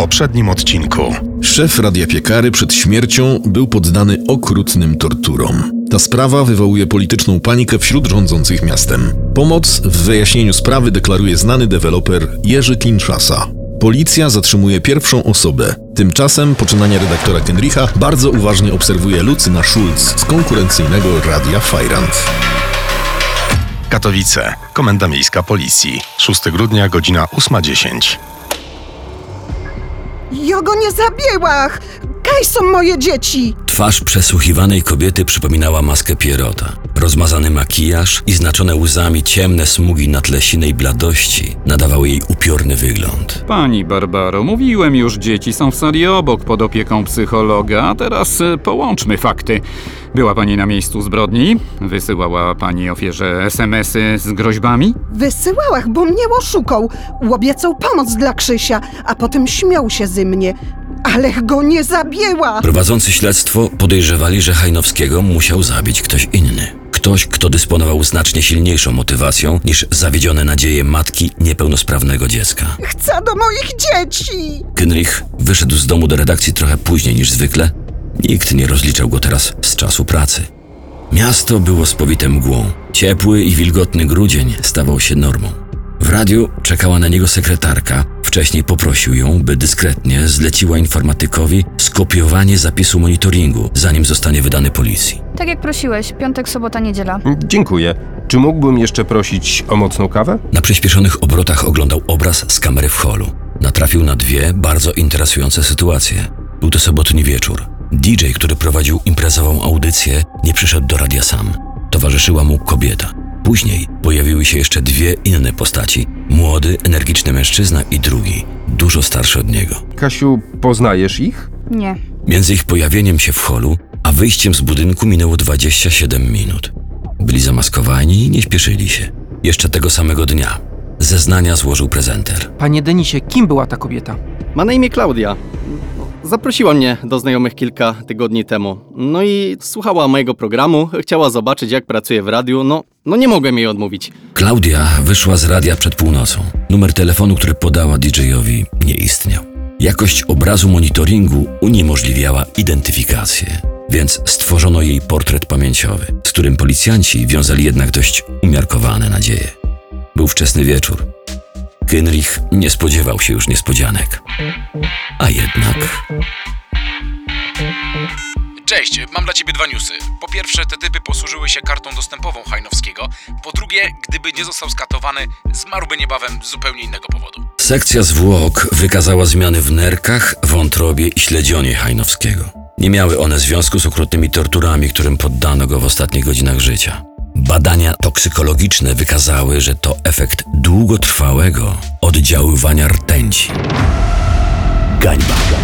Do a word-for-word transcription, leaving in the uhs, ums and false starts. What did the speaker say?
poprzednim odcinku. Szef Radia Piekary przed śmiercią był poddany okrutnym torturom. Ta sprawa wywołuje polityczną panikę wśród rządzących miastem. Pomoc w wyjaśnieniu sprawy deklaruje znany deweloper Jerzy Kinshasa. Policja zatrzymuje pierwszą osobę. Tymczasem poczynania redaktora Kenricha bardzo uważnie obserwuje Lucyna Schulz z konkurencyjnego Radia Fajrant. Katowice. Komenda Miejska Policji. szóstego grudnia, godzina ósma dziesięć. Ja go nie zabiła! Kaj są moje dzieci! Twarz przesłuchiwanej kobiety przypominała maskę Pierrota. Rozmazany makijaż i znaczone łzami ciemne smugi na tle sinej bladości nadawały jej upiorny wygląd. Pani Barbaro, mówiłem już, dzieci są w sali obok pod opieką psychologa, a teraz y, połączmy fakty. Była pani na miejscu zbrodni? Wysyłała pani ofierze es em esy z groźbami? Wysyłałach, bo mnie oszukał. Obiecał pomoc dla Krzysia, a potem śmiał się ze mnie. Ale go nie zabiła! Prowadzący śledztwo podejrzewali, że Hajnowskiego musiał zabić ktoś inny. Ktoś, kto dysponował znacznie silniejszą motywacją niż zawiedzione nadzieje matki niepełnosprawnego dziecka. Chcę do moich dzieci! Kenrich wyszedł z domu do redakcji trochę później niż zwykle. Nikt nie rozliczał go teraz z czasu pracy. Miasto było spowite mgłą. Ciepły i wilgotny grudzień stawał się normą. W radiu czekała na niego sekretarka. Wcześniej poprosił ją, by dyskretnie zleciła informatykowi skopiowanie zapisu monitoringu, zanim zostanie wydany policji. Tak jak prosiłeś, piątek, sobota, niedziela. Dziękuję. Czy mógłbym jeszcze prosić o mocną kawę? Na przyspieszonych obrotach oglądał obraz z kamery w holu. Natrafił na dwie bardzo interesujące sytuacje. Był to sobotni wieczór. D J, który prowadził imprezową audycję, nie przyszedł do radia sam. Towarzyszyła mu kobieta. Później pojawiły się jeszcze dwie inne postaci. Młody, energiczny mężczyzna i drugi, dużo starszy od niego. Kasiu, poznajesz ich? Nie. Między ich pojawieniem się w holu, a wyjściem z budynku minęło dwadzieścia siedem minut. Byli zamaskowani i nie śpieszyli się. Jeszcze tego samego dnia zeznania złożył prezenter. Panie Denisie, kim była ta kobieta? Ma na imię Klaudia. Zaprosiła mnie do znajomych kilka tygodni temu. No i słuchała mojego programu, chciała zobaczyć, jak pracuję w radiu, no, no nie mogłem jej odmówić. Klaudia wyszła z radia przed północą. Numer telefonu, który podała D J-owi, nie istniał. Jakość obrazu monitoringu uniemożliwiała identyfikację, więc stworzono jej portret pamięciowy, z którym policjanci wiązali jednak dość umiarkowane nadzieje. Był wczesny wieczór. Kenrich nie spodziewał się już niespodzianek. A jednak... Cześć, mam dla ciebie dwa newsy. Po pierwsze, te typy posłużyły się kartą dostępową Hajnowskiego. Po drugie, gdyby nie został skatowany, zmarłby niebawem z zupełnie innego powodu. Sekcja zwłok wykazała zmiany w nerkach, wątrobie i śledzionie Hajnowskiego. Nie miały one związku z okrutnymi torturami, którym poddano go w ostatnich godzinach życia. Badania toksykologiczne wykazały, że to efekt długotrwałego oddziaływania rtęci. Gańba.